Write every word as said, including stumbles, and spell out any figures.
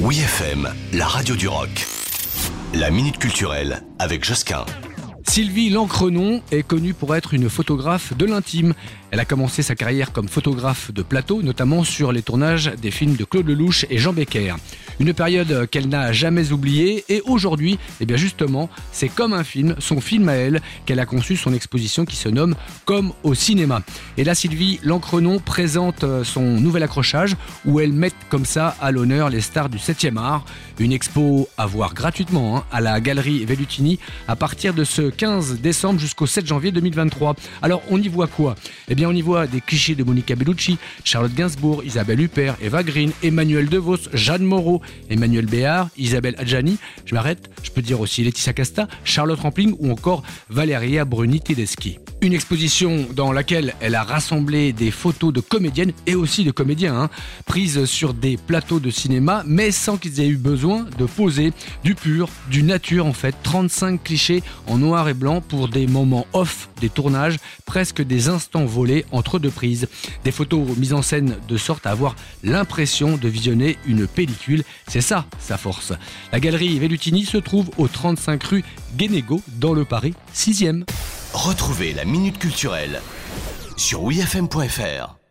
Oui F M, la radio du rock. La minute culturelle avec Josquin. Sylvie Lancrenon est connue pour être une photographe de l'intime. Elle a commencé sa carrière comme photographe de plateau, notamment sur les tournages des films de Claude Lelouch et Jean Becker. Une période qu'elle n'a jamais oubliée et aujourd'hui, eh bien justement, c'est comme un film, son film à elle, qu'elle a conçu son exposition qui se nomme Comme au cinéma. Et là, Sylvie Lancrenon présente son nouvel accrochage où elle met comme ça à l'honneur les stars du septième art. Une expo à voir gratuitement hein, à la Galerie Vellutini à partir de ce quinze décembre jusqu'au sept janvier deux mille vingt-trois. Alors on y voit quoi ? Eh bien on y voit des clichés de Monica Bellucci, Charlotte Gainsbourg, Isabelle Huppert, Eva Green, Emmanuel DeVos, Jeanne Moreau, Emmanuel Béard, Isabelle Adjani, je m'arrête, je peux dire aussi Laetitia Casta, Charlotte Rampling ou encore Valeria Bruni Tedeschi. Une exposition dans laquelle elle a rassemblé des photos de comédiennes et aussi de comédiens, hein, prises sur des plateaux de cinéma, mais sans qu'ils aient eu besoin de poser du pur, du nature en fait. trente-cinq clichés en noir et blanc pour des moments off des tournages, presque des instants volés entre deux prises. Des photos mises en scène de sorte à avoir l'impression de visionner une pellicule. C'est ça, sa force. La Galerie Vellutini se trouve au trente-cinq rue Guénégaud dans le Paris sixième. Retrouvez la minute culturelle sur oui f m point f r.